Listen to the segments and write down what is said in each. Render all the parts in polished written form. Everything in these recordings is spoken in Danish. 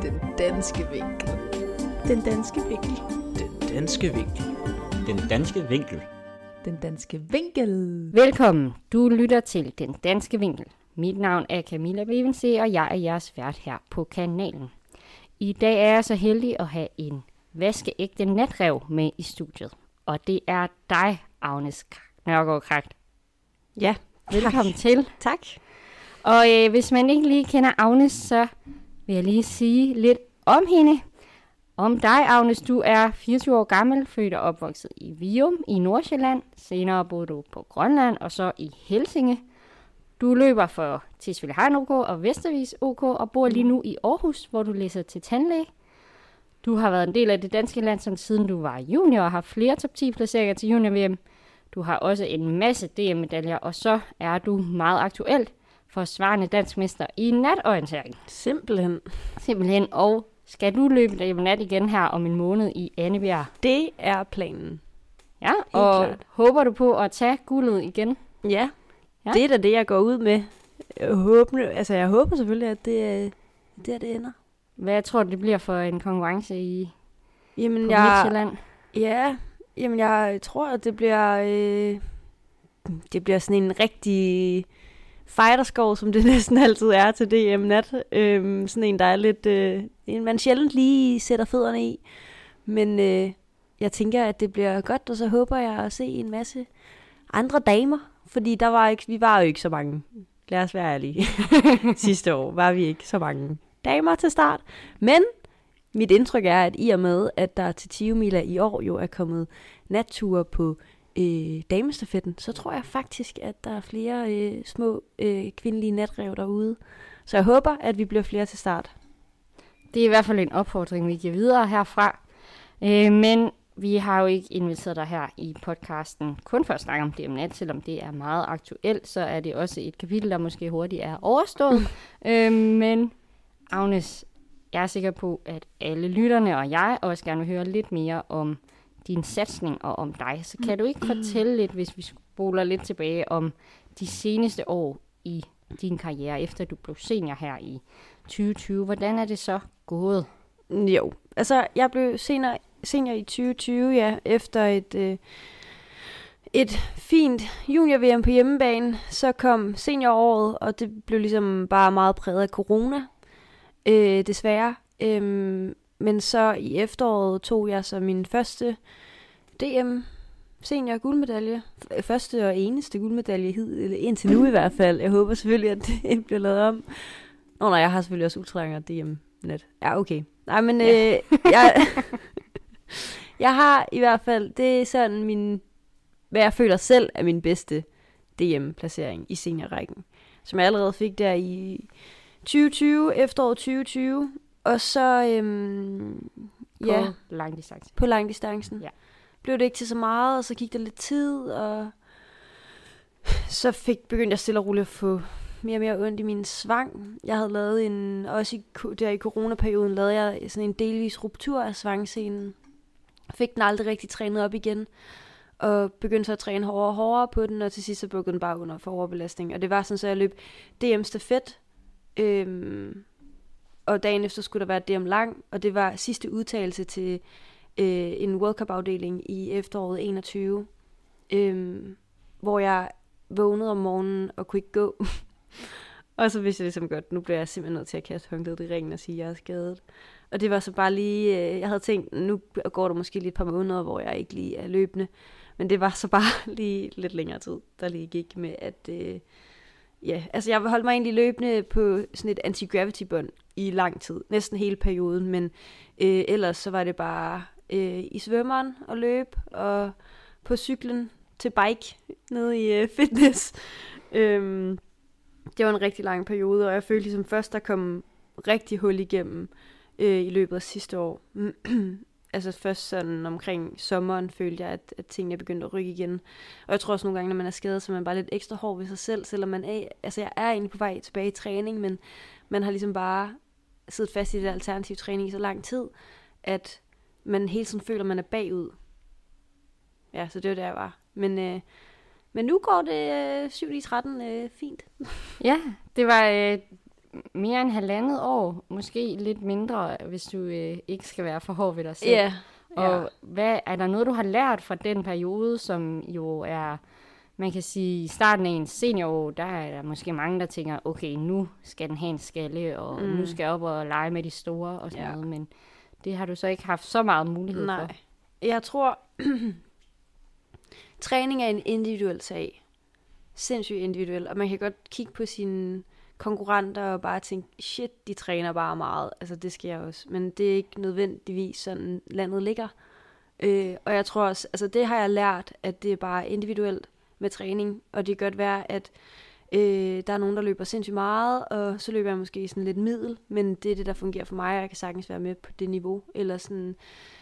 Den danske vinkel. Den danske vinkel. Den danske vinkel. Den danske vinkel. Den danske vinkel. Velkommen. Du lytter til Den Danske Vinkel. Mit navn er Camilla Bevense, og jeg er jeres vært her på kanalen. I dag er jeg så heldig at have en vaskeægte natræv med i studiet. Og det er dig, Agnes Nørgaard Kragt. Ja, velkommen til. Tak. Og hvis man ikke lige kender Agnes, så vil jeg lige sige lidt om hende. Om dig, Agnes, du er 24 år gammel, født og opvokset i Vium i Nordsjælland. Senere boede du på Grønland og så i Helsinge. Du løber for Tisvilde Hegn OK og Vestervis OK og bor lige nu i Aarhus, hvor du læser til tandlæge. Du har været en del af det danske landshold siden du var junior og har flere top 10 placeringer til junior-VM. Du har også en masse DM-medaljer, og så er du meget aktuelt forsvarende dansk mester i natorientering. Simpelthen. Og skal du løbe DM nat igen her om en måned i Annebjerg? Det er planen. Ja, og klart. Håber du på at tage guldet igen? Ja, det er da det, jeg går ud med. Jeg håber selvfølgelig, at det ender. Hvad tror du, det bliver for en konkurrence på Midtjylland? Ja, jeg tror, at det bliver sådan en rigtig fighterskov, som det næsten altid er til DM-nat. Sådan en, der er lidt... en, man sjældent lige sætter fødderne i. Men jeg tænker, at det bliver godt, og så håber jeg at se en masse andre damer. Fordi vi var jo ikke så mange. Lad os være ærlige. Sidste år var vi ikke så mange damer til start. Men mit indtryk er, at i og med, at der til 10 miler i år jo er kommet natture på damestafetten, så tror jeg faktisk, at der er flere små kvindelige natræv derude. Så jeg håber, at vi bliver flere til start. Det er i hvert fald en opfordring, vi giver videre herfra. Men vi har jo ikke inviteret dig her i podcasten kun for at snakke om det om nat, selvom det er meget aktuelt, så er det også et kapitel, der måske hurtigt er overstået. Men Agnes, jeg er sikker på, at alle lytterne og jeg også gerne vil høre lidt mere om din satsning og om dig. Så kan du ikke fortælle lidt, hvis vi spoler lidt tilbage, om de seneste år i din karriere, efter du blev senior her i 2020. Hvordan er det så gået? Jo, altså jeg blev senior i 2020, ja, efter et fint junior-VM på hjemmebane. Så kom senioråret, og det blev ligesom bare meget præget af corona, desværre. Men så i efteråret tog jeg så min første DM senior guldmedalje. Første og eneste guldmedalje indtil nu i hvert fald. Jeg håber selvfølgelig, at det bliver lavet om. Nej, jeg har selvfølgelig også ultralænger DM-net. Ja, okay. Nej, men jeg har i hvert fald, det er sådan hvad jeg føler selv er min bedste DM-placering i seniorrækken. Som jeg allerede fik der i 2020, efteråret 2020. Og så, på langdistancen. Ja. Blev det ikke til så meget, og så gik der lidt tid, og så begyndte jeg stille og roligt at få mere og mere ondt i min svang. Jeg havde lavet der i coronaperioden, lavede jeg sådan en delvis ruptur af svangscenen. Fik den aldrig rigtig trænet op igen, og begyndte så at træne hårdere og hårdere på den, og til sidst så bukkede den bare under for overbelastning. Og det var sådan, så jeg løb DM-stafet, og dagen efter skulle der være DM lang, og det var sidste udtagelse til en World Cup-afdeling i efteråret 21, hvor jeg vågnede om morgenen og kunne ikke gå. Og så vidste jeg ligesom godt, nu bliver jeg simpelthen nødt til at kaste håndklædet i ringen og sige, at jeg er skadet. Og det var så bare lige, jeg havde tænkt, nu går der måske lige et par måneder, hvor jeg ikke lige er løbende. Men det var så bare lige lidt længere tid, der lige gik med, at jeg holdt mig egentlig løbende på sådan et anti-gravity-bånd i lang tid. Næsten hele perioden, men ellers så var det bare i svømmeren og løb, og på cyklen til bike nede i fitness. Det var en rigtig lang periode, og jeg følte ligesom først, der kom rigtig hul igennem i løbet af sidste år. Altså først sådan omkring sommeren følte jeg, at tingene begyndte at rykke igen. Og jeg tror også nogle gange, når man er skadet, så er man bare lidt ekstra hård ved sig selv, selvom jeg er egentlig på vej tilbage i træning, men man har ligesom bare siddet fast i det alternative træning i så lang tid, at man hele tiden føler, at man er bagud. Ja, så det var der, jeg var. Men nu går det 7-13 fint. Ja, det var mere end 1,5 år, måske lidt mindre, hvis du ikke skal være for hård ved dig selv. Ja. Og er der noget, du har lært fra den periode, som jo er, man kan sige, i starten af ens seniorår, der er der måske mange, der tænker, okay, nu skal den have en skalle, og nu skal jeg op og lege med de store og sådan noget, men det har du så ikke haft så meget mulighed for. Jeg tror, træning er en individuel sag. Sindssygt individuel, og man kan godt kigge på sine konkurrenter og bare tænke, shit, de træner bare meget. Altså, det skal jeg også. Men det er ikke nødvendigvis sådan, landet ligger. Og jeg tror også, altså det har jeg lært, at det er bare individuelt med træning. Og det kan godt være, at der er nogen, der løber sindssygt meget, og så løber jeg måske sådan lidt middel, men det er det, der fungerer for mig, og jeg kan sagtens være med på det niveau. Eller sådan,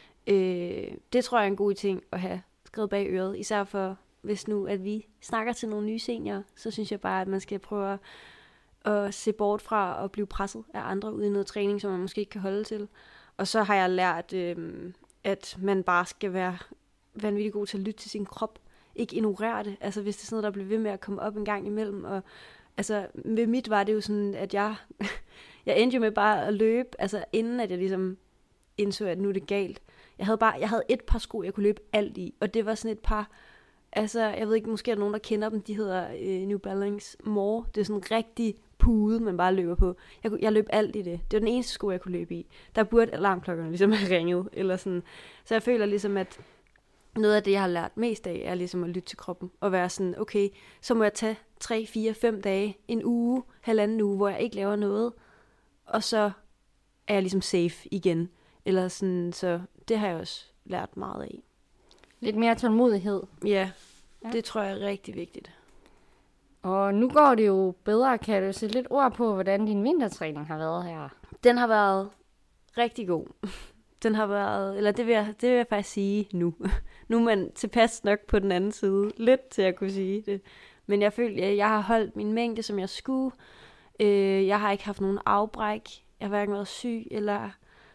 det tror jeg er en god ting at have skrevet bag øret, især for, hvis nu, at vi snakker til nogle nye seniorer, så synes jeg bare, at man skal prøve at se bort fra at blive presset af andre ude i noget træning, som man måske ikke kan holde til. Og så har jeg lært, at man bare skal være vanvittigt god til at lytte til sin krop. Ikke ignorere det. Altså hvis det er sådan noget, der bliver ved med at komme op en gang imellem. Og altså ved mit var det jo sådan, at jeg endte jo med bare at løbe, altså inden at jeg ligesom indså, at nu er det galt. Jeg havde et par sko, jeg kunne løbe alt i, og det var sådan et par, altså jeg ved ikke, måske er der nogen, der kender dem, de hedder New Balance More. Det er sådan en rigtig pude, man bare løber på. Jeg løb alt i det. Det var den eneste sko, jeg kunne løbe i. Der burde alarmklokkerne ligesom have ringet, eller sådan. Så jeg føler ligesom, at noget af det, jeg har lært mest af, er ligesom at lytte til kroppen, og være sådan, okay, så må jeg tage 3, 4, 5 dage, en uge, 1,5 uge, hvor jeg ikke laver noget, og så er jeg ligesom safe igen. Eller sådan, så det har jeg også lært meget af. Lidt mere tålmodighed. Ja, det tror jeg er rigtig vigtigt. Og nu går det jo bedre. Kan du sætte lidt ord på, hvordan din vintertræning har været her? Den har været rigtig god. Den har været, eller det vil jeg faktisk sige nu. Nu er man tilpas nok på den anden side. Lidt til at kunne sige det. Men jeg føler, at jeg har holdt min mængde, som jeg skulle. Jeg har ikke haft nogen afbræk. Jeg har hverken været syg eller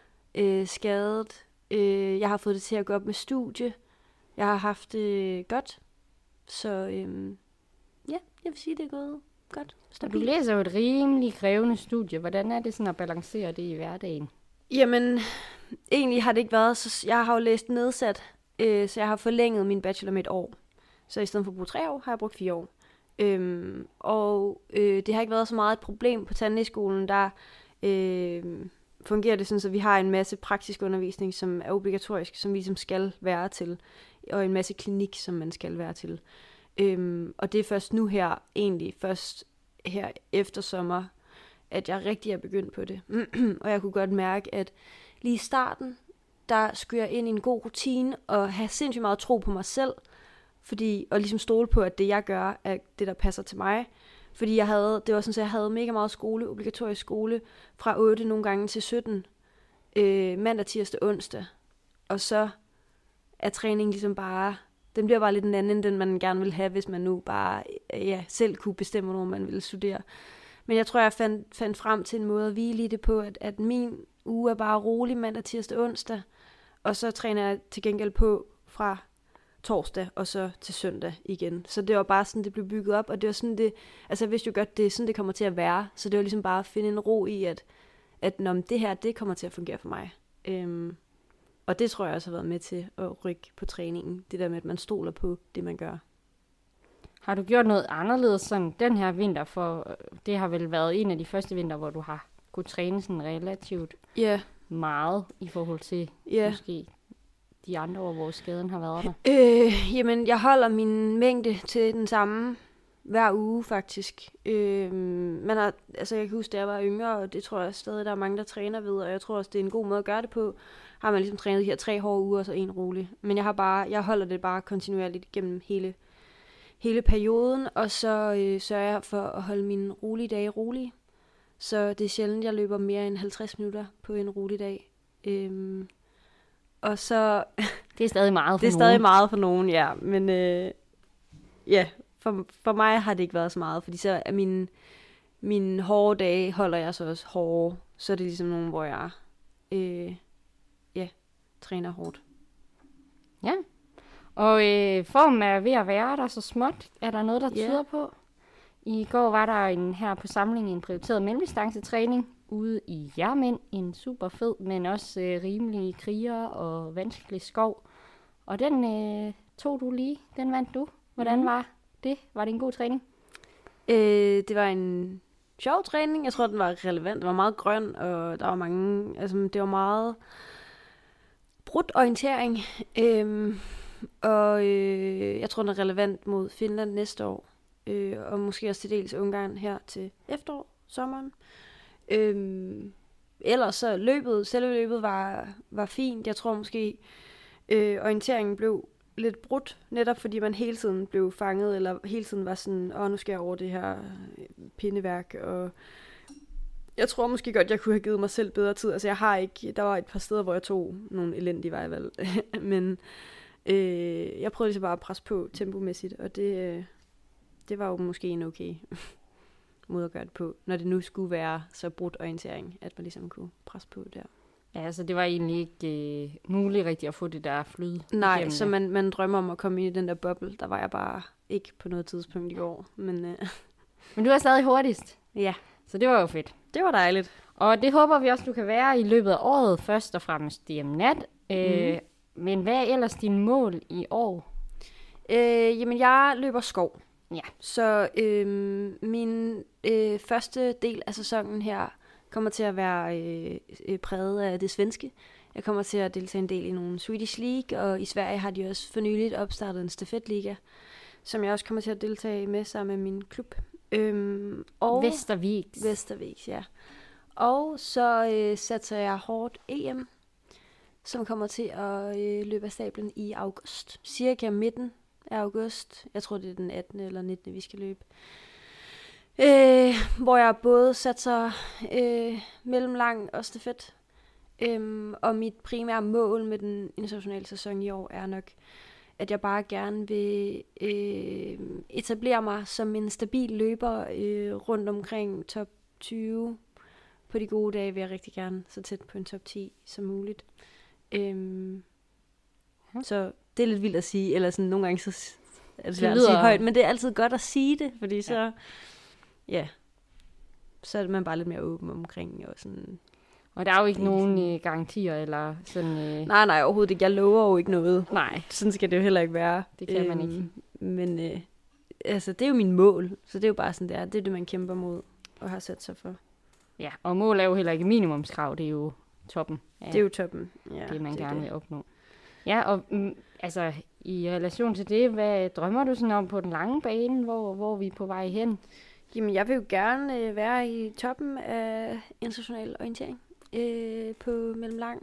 skadet. Jeg har fået det til at gå op med studie. Jeg har haft det godt. Så ja, jeg vil sige, det er gået godt. Og du læser jo et rimelig krævende studie. Hvordan er det sådan at balancere det i hverdagen? Jamen, egentlig har det ikke været så... Jeg har jo læst nedsat, så jeg har forlænget min bachelor med 1 år. Så i stedet for at bruge 3 år, har jeg brugt 4 år. Det har ikke været så meget et problem på tandlægeskolen. Der fungerer det sådan, så vi har en masse praktisk undervisning, som er obligatorisk, som vi som skal være til. Og en masse klinik, som man skal være til. Og det er først nu her, egentlig først her efter sommer, at jeg rigtig er begyndt på det. Og jeg kunne godt mærke, at lige i starten, der skulle jeg ind i en god rutine, og have sindssygt meget tro på mig selv, og ligesom stole på, at det jeg gør, er det, der passer til mig. Fordi det var sådan, at jeg havde mega meget skole, obligatorisk skole, fra 8 nogle gange til 17, mandag, tirsdag, onsdag. Og så er træningen ligesom bare, den bliver bare lidt en anden, end den man gerne vil have, hvis man nu bare selv kunne bestemme, hvor man ville studere. Men jeg tror, jeg fandt frem til en måde at hvile i det på, at min uge er bare rolig mandag, tirsdag, onsdag, og så træner jeg til gengæld på fra torsdag og så til søndag igen. Så det var bare sådan, det blev bygget op, og det var sådan det, altså jeg vidste jo godt, det er sådan, det kommer til at være, så det var ligesom bare at finde en ro i, at når det her, det kommer til at fungere for mig. Og det tror jeg også har været med til at rykke på træningen, det der med, at man stoler på det, man gør. Har du gjort noget anderledes sådan den her vinter, for det har vel været en af de første vinter, hvor du har kunnet træne sådan relativt meget i forhold til måske de andre år, hvor skaden har været der? Jamen, jeg holder min mængde til den samme hver uge faktisk. Jeg kan huske, da jeg var yngre, og det tror jeg stadig, der er mange, der træner ved, og jeg tror også, det er en god måde at gøre det på. Har man ligesom trænet de her 3 hårde uger, og så 1 rolig. Men jeg holder det bare kontinuerligt gennem hele perioden, og så sørger jeg for at holde mine rolige dage rolige. Så det er sjældent, jeg løber mere end 50 minutter på en rolig dag. Og så... Det er stadig meget for nogen. Det er stadig meget for nogen, ja. Men for mig har det ikke været så meget, fordi så er mine hårde dage holder jeg så også hårde. Så er det ligesom nogle, hvor jeg træner hårdt. Ja. Og formen er ved at være der så småt. Er der noget, der tyder på? I går var der her på samlingen en prioriteret mellemdistancetræning ude i Hjermind. En super fed, men også rimelig kriger og vanskelig skov. Og den tog du lige. Den vandt du. Hvordan var det? Var det en god træning? Det var en sjov træning. Jeg tror, den var relevant. Den var meget grøn, og der var mange... Altså, det var meget brudt orientering. Jeg tror, den er relevant mod Finland næste år. Og måske også til dels Ungarn her til efterår, sommeren. Ellers så selve løbet var fint. Jeg tror måske, orienteringen blev lidt brudt, netop fordi man hele tiden blev fanget, eller hele tiden var sådan, nu skal jeg over det her pindeværk, og jeg tror måske godt, jeg kunne have givet mig selv bedre tid. Altså der var et par steder, hvor jeg tog nogle elendige vejvalg, men jeg prøvede ligesom bare at presse på tempomæssigt, og det var jo måske en okay måde at gøre det på, når det nu skulle være så brudt orientering, at man ligesom kunne presse på der. Ja, altså det var egentlig ikke muligt rigtigt at få det der flyd. Nej, så man drømmer om at komme ind i den der boble. Der var jeg bare ikke på noget tidspunkt i går. Men du er stadig hurtigst. Ja. Så det var jo fedt. Det var dejligt. Og det håber vi også, du kan være i løbet af året, først og fremmest DM Nat. Men hvad er ellers dine mål i år? Jamen, jeg løber skov. Ja. Så min første del af sæsonen her kommer til at være præget af det svenske. Jeg kommer til at deltage en del i nogle Swedish League, og i Sverige har de også for nyligt opstartet en stafetliga, som jeg også kommer til at deltage med sammen med min klub. Og Vesterviks, ja. Og så satser jeg hårdt EM, som kommer til at løbe af stablen i august. Cirka midten af august. Jeg tror, det er den 18. eller 19. vi skal løbe. Hvor jeg både satser mellemlang og stafet. Og mit primære mål med den internationale sæson i år er nok, at jeg bare gerne vil etablere mig som en stabil løber rundt omkring top 20. På de gode dage vil jeg rigtig gerne så tæt på en top 10 som muligt. Så det er lidt vildt at sige, eller sådan nogle gange så er det svært at sige højt, men det er altid godt at sige det, fordi så så er man bare lidt mere åben omkring og sådan. Og der er jo ikke nogen garantier eller sådan. Nej, overhovedet ikke. Jeg lover jo ikke noget. Nej. Sådan skal det jo heller ikke være. Det kan man ikke. Men altså, det er jo min mål, så det er jo bare sådan, det er det, man kæmper mod og har sat sig for. Ja, og mål er jo heller ikke minimumskrav, det er jo toppen. Ja, det er jo toppen, ja. Det man gerne vil opnå. Ja, og altså i relation til det, hvad drømmer du sådan om på den lange bane, hvor vi er på vej hen? Jamen, jeg vil jo gerne være i toppen af international orientering på mellemlang.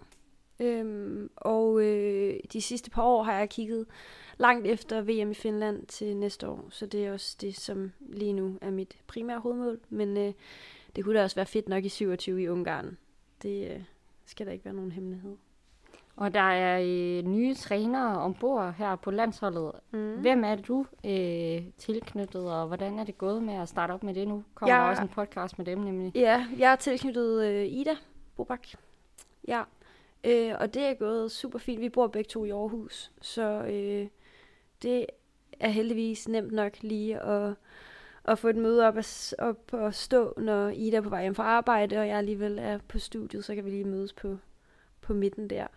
Og de sidste par år har jeg kigget langt efter VM i Finland til næste år, så det er også det, som lige nu er mit primære hovedmål. Men det kunne da også være fedt nok i 27 i Ungarn. Det skal der ikke være nogen hemmelighed. Og der er nye trænere ombord her på landsholdet. Hvem er du tilknyttet, og hvordan er det gået med at starte op med det nu? Kommer der også en podcast med dem nemlig? Ja, jeg er tilknyttet Ida Bobak. Ja, og det er gået super fint. Vi bor begge to i Aarhus, så det er heldigvis nemt nok lige at få et møde op og stå, når Ida er på vej hjem fra arbejde, og jeg alligevel er på studiet, så kan vi lige mødes på midten der.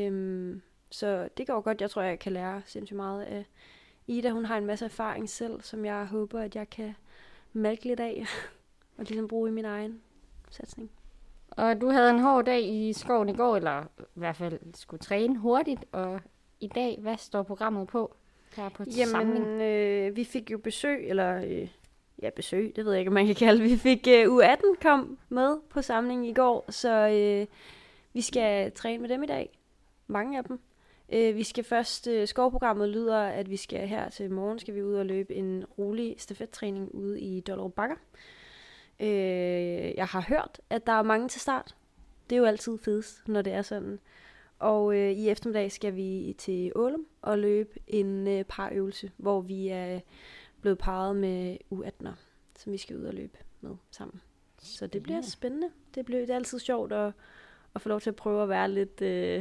Så det går godt. Jeg tror, jeg kan lære sindssygt meget af Ida. Hun har en masse erfaring selv, som jeg håber, at jeg kan mærke lidt af og ligesom bruge i min egen satsning. Og du havde en hård dag i skoven i går, eller i hvert fald skulle træne hurtigt, og i dag, hvad står programmet på her på samling? Vi fik jo besøg, eller besøg, det ved jeg ikke, om man kan kalde det. Vi fik U18 kom med på samlingen i går, så vi skal træne med dem i dag. Mange af dem. Vi skal først, skovprogrammet lyder, at vi skal her til morgen, skal vi ud og løbe en rolig stafettræning ude i Dollerup Bakker. Jeg har hørt, at der er mange til start. Det er jo altid fedest, når det er sådan. Og i eftermiddag skal vi til Ålum og løbe en parøvelse, hvor vi er blevet parret med U18'er, som vi skal ud og løbe med sammen. Så det bliver spændende. Det er altid sjovt at få lov til at prøve at være lidt,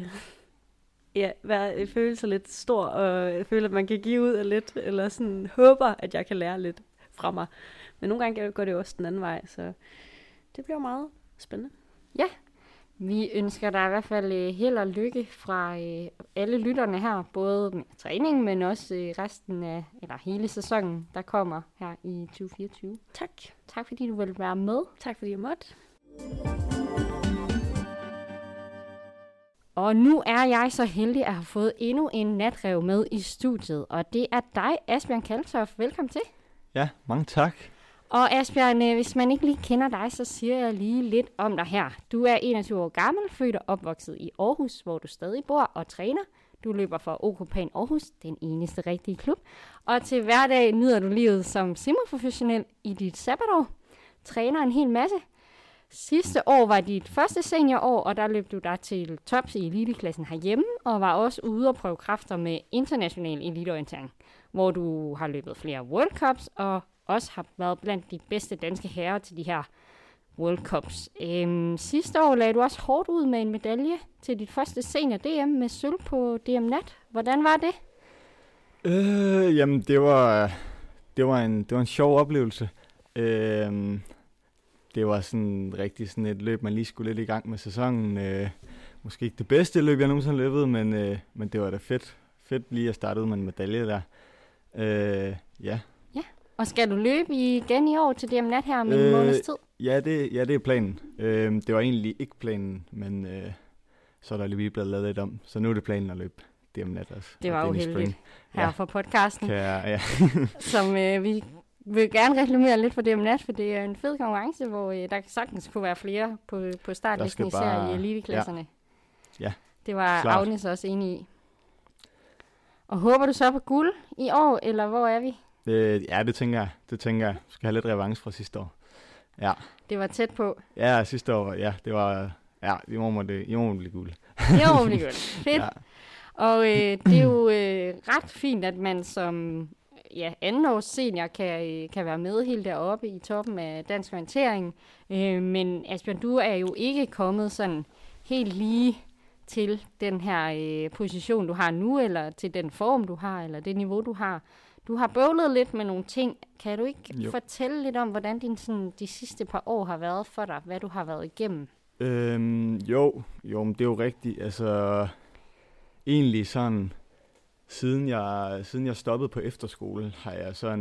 føle sig lidt stor, og føle, at man kan give ud af lidt, eller sådan håber, at jeg kan lære lidt fra mig. Men nogle gange går det jo også den anden vej, så det bliver meget spændende. Vi ønsker dig i hvert fald held og lykke fra alle lytterne her, både med træningen, men også resten af, eller hele sæsonen, der kommer her i 2024. Tak. Tak fordi du ville være med. Tak fordi jeg måtte. Og nu er jeg så heldig at have fået endnu en natrev med i studiet, og det er dig, Asbjørn Kaltoft. Velkommen til. Ja, mange tak. Og Asbjørn, hvis man ikke lige kender dig, så siger jeg lige lidt om dig her. Du er 21 år gammel, født og opvokset i Aarhus, hvor du stadig bor og træner. Du løber for OK Pan Aarhus, den eneste rigtige klub. Og til hverdag nyder du livet som semiprofessionel i dit sabbatår. Træner en hel masse. Sidste år var dit første seniorår, og der løb du dig til tops i eliteklassen herhjemme, og var også ude og prøve kræfter med international eliteorientering, hvor du har løbet flere World Cups, og også har været blandt de bedste danske herrer til de her World Cups. Sidste år lagde du også hårdt ud med en medalje til dit første senior DM med sølv på DM Nat. Hvordan var det? Jamen, det var en sjov oplevelse. Det var sådan rigtig sådan et løb, man lige skulle lidt i gang med sæsonen. Måske ikke det bedste løb, jeg nogensinde har løbet, men det var da fedt lige at starte ud med en medalje der. Ja. Og skal du løbe igen i år til DM Nat her om en måneds tid? Ja, det er planen. Det var egentlig ikke planen, men så er der lige blevet lavet lidt om. Så nu er det planen at løbe DM Nat også. Det var uheldigt her for podcasten, ja. som vi vil gerne reklamere lidt for DM Nat, for det er en fed konkurrence, hvor der sagtens kunne være flere på startlisten, især i eliteklasserne. Ja. Det var klart. Agnes også enig i. Og håber du så på guld i år, eller hvor er vi? Ja, det tænker jeg. Skal have lidt revanche fra sidste år. Ja. Det var tæt på. Ja, sidste år, ja, det var, ja, i år må det blive guld. I år må det guld. Fedt. Ja. Og det er jo ret fint, at man som anden års senior kan være med helt deroppe i toppen af dansk orientering. Men Asbjørn, du er jo ikke kommet sådan helt lige til den her position, du har nu, eller til den form, du har, eller det niveau, du har. Du har bøvlet lidt med nogle ting. Kan du ikke fortælle lidt om, hvordan de sidste par år har været for dig? Hvad du har været igennem? Jo, men det er jo rigtigt. Altså, egentlig sådan, siden jeg stoppede på efterskole, har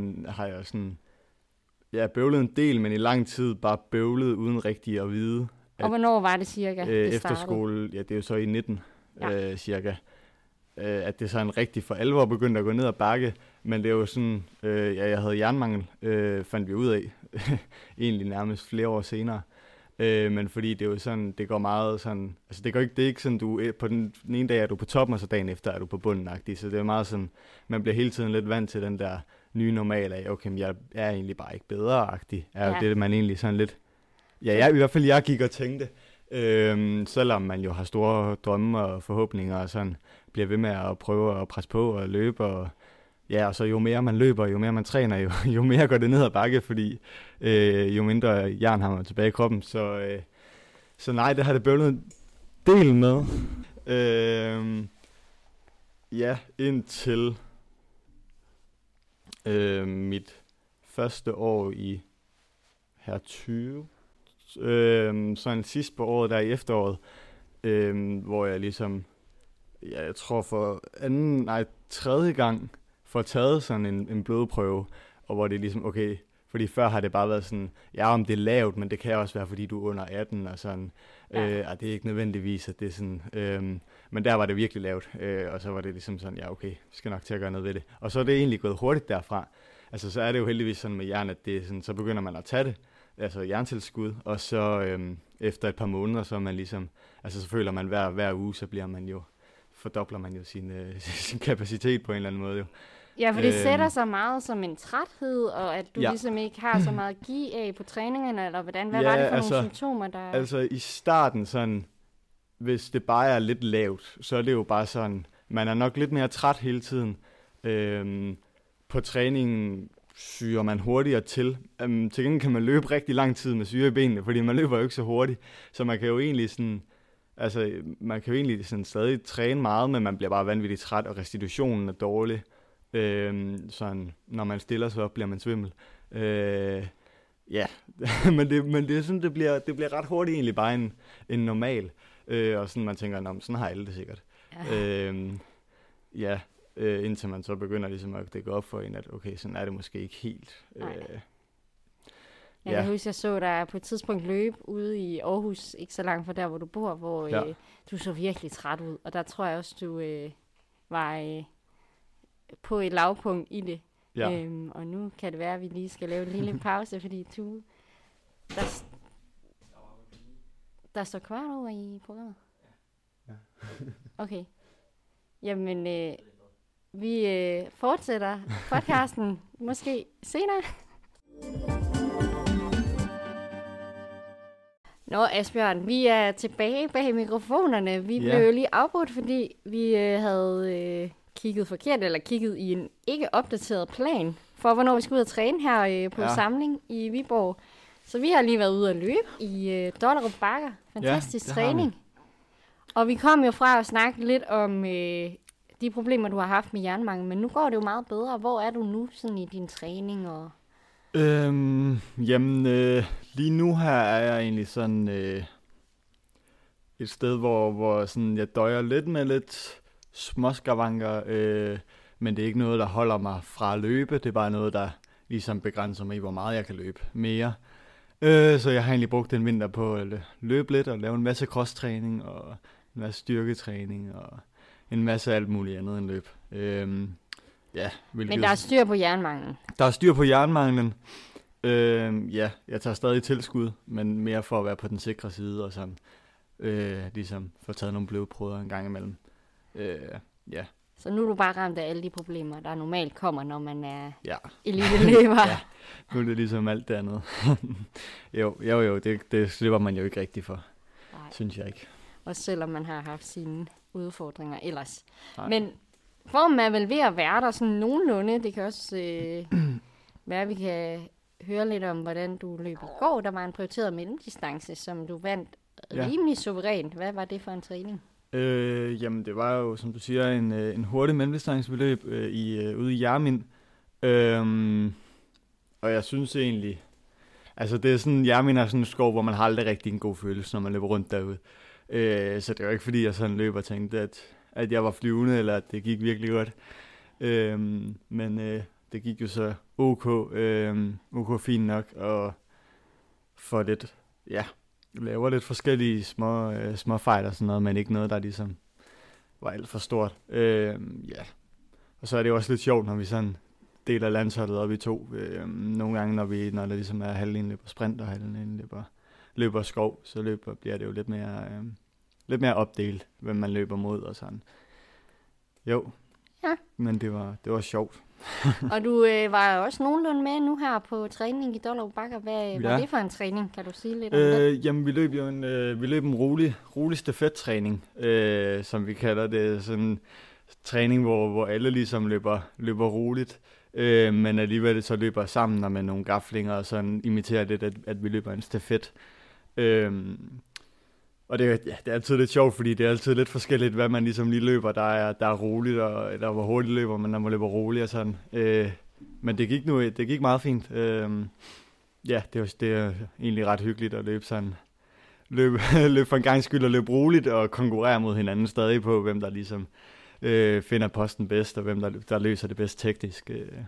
jeg bøvlet en del, men i lang tid bare bøvlet uden rigtig at vide. Og hvornår var det cirka, det efterskole, ja, det er jo så i 19 cirka. At det sådan rigtig for alvor begyndte at gå ned ad bakke, men det er jo sådan, jeg havde jernmangel, fandt vi ud af, egentlig nærmest flere år senere. Men fordi det er jo sådan, det går meget sådan, altså det er ikke sådan, du på den ene dag er du på toppen, og så dagen efter er du på bunden-agtig, så det er meget sådan, man bliver hele tiden lidt vant til den der nye normal af, okay, men jeg er egentlig bare ikke bedre-agtig, er jo det, man egentlig sådan lidt, i hvert fald jeg gik og tænkte, selvom man jo har store drømme og forhåbninger og sådan, bliver ved med at prøve at presse på og løbe, og og så jo mere man løber, jo mere man træner, jo mere går det ned ad bakke, fordi jo mindre jern har man tilbage i kroppen, så nej, det har det bøvlet en del med. Indtil mit første år i her 20, sådan sidst på året der i efteråret, hvor jeg ligesom, jeg tror for tredje gang får taget sådan en blodprøve, og hvor det er ligesom, okay, fordi før har det bare været sådan, om det er lavt, men det kan også være, fordi du er under 18 og sådan, og det er ikke nødvendigvis, at det er sådan, men der var det virkelig lavt, og så var det ligesom sådan, okay, vi skal nok til at gøre noget ved det. Og så er det egentlig gået hurtigt derfra. Altså, så er det jo heldigvis sådan med jern, at det er sådan, så begynder man at tage det, altså jerntilskud, og så efter et par måneder, så er man ligesom, altså så føler man hver uge, så bliver man jo, fordobler man jo sin kapacitet på en eller anden måde jo. Ja, for det sætter sig meget som en træthed, og at du ligesom ikke har så meget at give af på træningerne, eller hvordan? Hvad var det for nogle symptomer, der... Altså i starten sådan, hvis det bare er lidt lavt, så er det jo bare sådan, man er nok lidt mere træt hele tiden. På træningen syrer man hurtigere til. Til gengæld kan man løbe rigtig lang tid med syre i benene, fordi man løber jo ikke så hurtigt. Så man kan jo egentlig sådan... Altså, man kan jo egentlig sådan stadig træne meget, men man bliver bare vanvittigt træt, og restitutionen er dårlig. Sådan, når man stiller sig op, bliver man svimmel. ja, men det er sådan, det bliver ret hurtigt egentlig bare en normal. Og sådan man tænker, sådan har alle det sikkert. Ja. Indtil man så begynder ligesom at det gå op for en, at okay, sådan er det måske ikke helt. Jeg kan huske, jeg så dig på et tidspunkt løbe ude i Aarhus, ikke så langt fra der, hvor du bor, hvor du så virkelig træt ud. Og der tror jeg også, du var på et lavpunkt i det. Ja. Og nu kan det være, at vi lige skal lave en lille pause, fordi der står kvart over i programmet. Ja. Okay. Jamen, vi fortsætter podcasten måske senere. Nå, Asbjørn, vi er tilbage bag mikrofonerne. Vi blev jo lige afbrudt, fordi vi havde kigget forkert, eller kigget i en ikke opdateret plan for, hvornår vi skal ud og træne her på samling i Viborg. Så vi har lige været ude at løbe i Dollerup Bakker. Fantastisk træning. Og vi kom jo fra at snakke lidt om de problemer, du har haft med jernmangel, men nu går det jo meget bedre. Hvor er du nu sådan i din træning? Og lige nu her er jeg egentlig sådan et sted, hvor sådan, jeg døjer lidt med lidt småskavanker, men det er ikke noget, der holder mig fra at løbe. Det er bare noget, der ligesom begrænser mig i, hvor meget jeg kan løbe mere. Så jeg har egentlig brugt den vinter på at løbe lidt og lave en masse cross-træning og en masse styrketræning og en masse alt muligt andet end løb. Men der er styr på jernmanglen? Der er styr på jernmanglen. Jeg tager stadig tilskud, men mere for at være på den sikre side og sådan ligesom få taget nogle blodprøver en gang imellem. Så nu er du bare ramt af alle de problemer, der normalt kommer, når man er eliteløber. Ja, nu er det ligesom alt det andet. jo, det slipper man jo ikke rigtig for, synes jeg ikke. Også selvom man har haft sine udfordringer ellers. Nej. Men formen er vel ved at være der sådan nogenlunde. Det kan også være, at vi kan høre lidt om, hvordan du løb i går. Der var en prioriteret mellemdistance, som du vandt rimelig suverænt. Hvad var det for en træning? Jamen, det var jo, som du siger, en hurtig mellemdistancebeløb ude i Hjermind. Og jeg synes egentlig, altså det er sådan, Hjermind er sådan en skov, hvor man har aldrig rigtig en god følelse, når man løber rundt derude. Så det var ikke fordi, jeg sådan løb og tænkte, at jeg var flyvende, eller at det gik virkelig godt. Men det gik jo så ok fint nok, og for lidt, laver lidt forskellige små fejl og sådan noget, men ikke noget, der ligesom var alt for stort. Og så er det jo også lidt sjovt, når vi sådan deler landsholdet op i to. Nogle gange, når der ligesom er halvdelen løber sprint, og halvdelen løber skov, så bliver det jo lidt mere opdelt, hvem man løber mod og sådan. Jo, men det var sjovt. Og du var også nogenlunde med nu her på træning i Dollerup Bakker. Hvad var det for en træning? Kan du sige lidt om det? Jamen, vi løb en rolig stafettræning, som vi kalder det. Sådan en træning, hvor alle ligesom løber roligt, men alligevel så løber sammen og med nogle gaflinger og sådan imiterer det, at vi løber en stafet. Og det er altid lidt sjovt, fordi det er altid lidt forskelligt, hvad man ligesom lige løber. Der er roligt, eller hvor hurtigt løber man, når man løber roligt og sådan. Men det gik meget fint. Det er egentlig ret hyggeligt at løbe sådan. Løbe for en gang skyld og løbe roligt og konkurrere mod hinanden stadig på, hvem der ligesom finder posten bedst, og hvem der løser det bedst teknisk.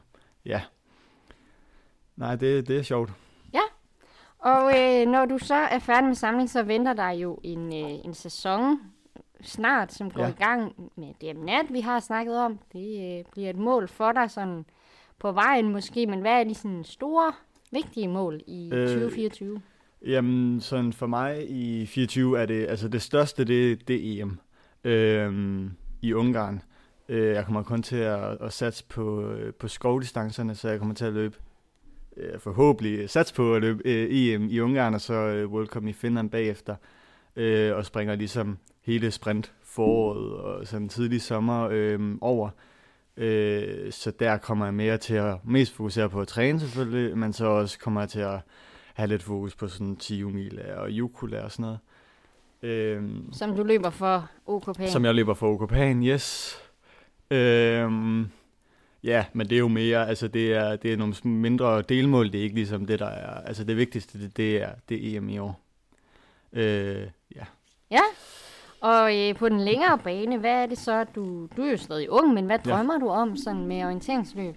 Nej, det er sjovt. Og når du så er færdig med samling, så venter der jo en sæson snart, som går i gang med DM Nat, vi har snakket om. Det bliver et mål for dig sådan på vejen måske, men hvad er de sådan store, vigtige mål i 2024? Jamen, sådan for mig i 2024 er det, altså det største, det er EM i Ungarn. Jeg kommer kun til at satse på skovdistancerne, så jeg kommer til at løbe forhåbentlig satse på at løbe EM i Ungarn, og så World Cup i Finland bagefter, og springer ligesom hele sprint foråret og sådan tidlig sommer over. Så der kommer jeg mere til at mest fokusere på at træne selvfølgelig, men så også kommer jeg til at have lidt fokus på sådan 10 mil og Jukula og sådan noget. Som du løber for OK Pan? Som jeg løber for OK Pan, yes. Ja, men det er jo mere, altså det er nogle mindre delmål, det er ikke ligesom det, der er, altså det vigtigste, det er EM i år. Ja. Ja, og på den længere bane, hvad er det så, du er jo stadig ung, men hvad drømmer du om sådan med orienteringsløb?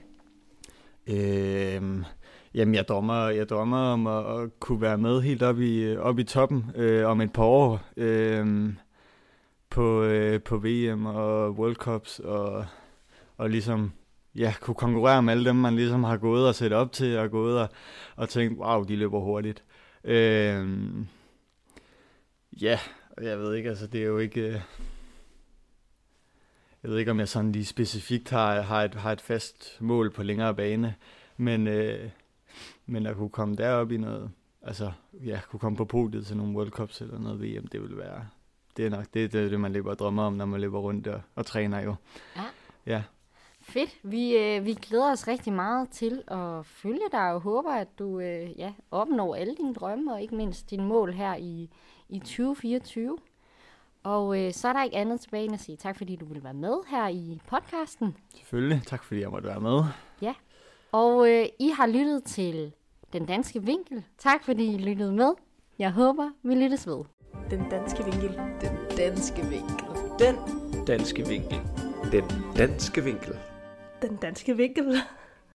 Jamen, jeg drømmer om at kunne være med helt op i toppen om et par år på VM og World Cups og ligesom kunne konkurrere med alle dem, man ligesom har gået og set op til og gået og tænkt, wow, de løber hurtigt. Jeg ved ikke, altså det er jo ikke... Jeg ved ikke, om jeg sådan lige specifikt har et fast mål på længere bane, men at kunne komme derop i noget, altså kunne komme på podiet til nogle World Cups eller noget VM, det vil være, det er nok det man løber og drømmer om, når man løber rundt og træner jo. Ja. Fedt. Vi glæder os rigtig meget til at følge dig og håber, at du opnår alle dine drømme og ikke mindst dine mål her i 2024. Og så er der ikke andet tilbage end at sige tak, fordi du ville være med her i podcasten. Selvfølgelig. Tak, fordi jeg måtte være med. Ja. Og I har lyttet til Den Danske Vinkel. Tak, fordi I lyttede med. Jeg håber, vi lyttes ved. Den danske vinkel. Den danske vinkel. Den danske vinkel. Den danske vinkel. Den danske vinkel.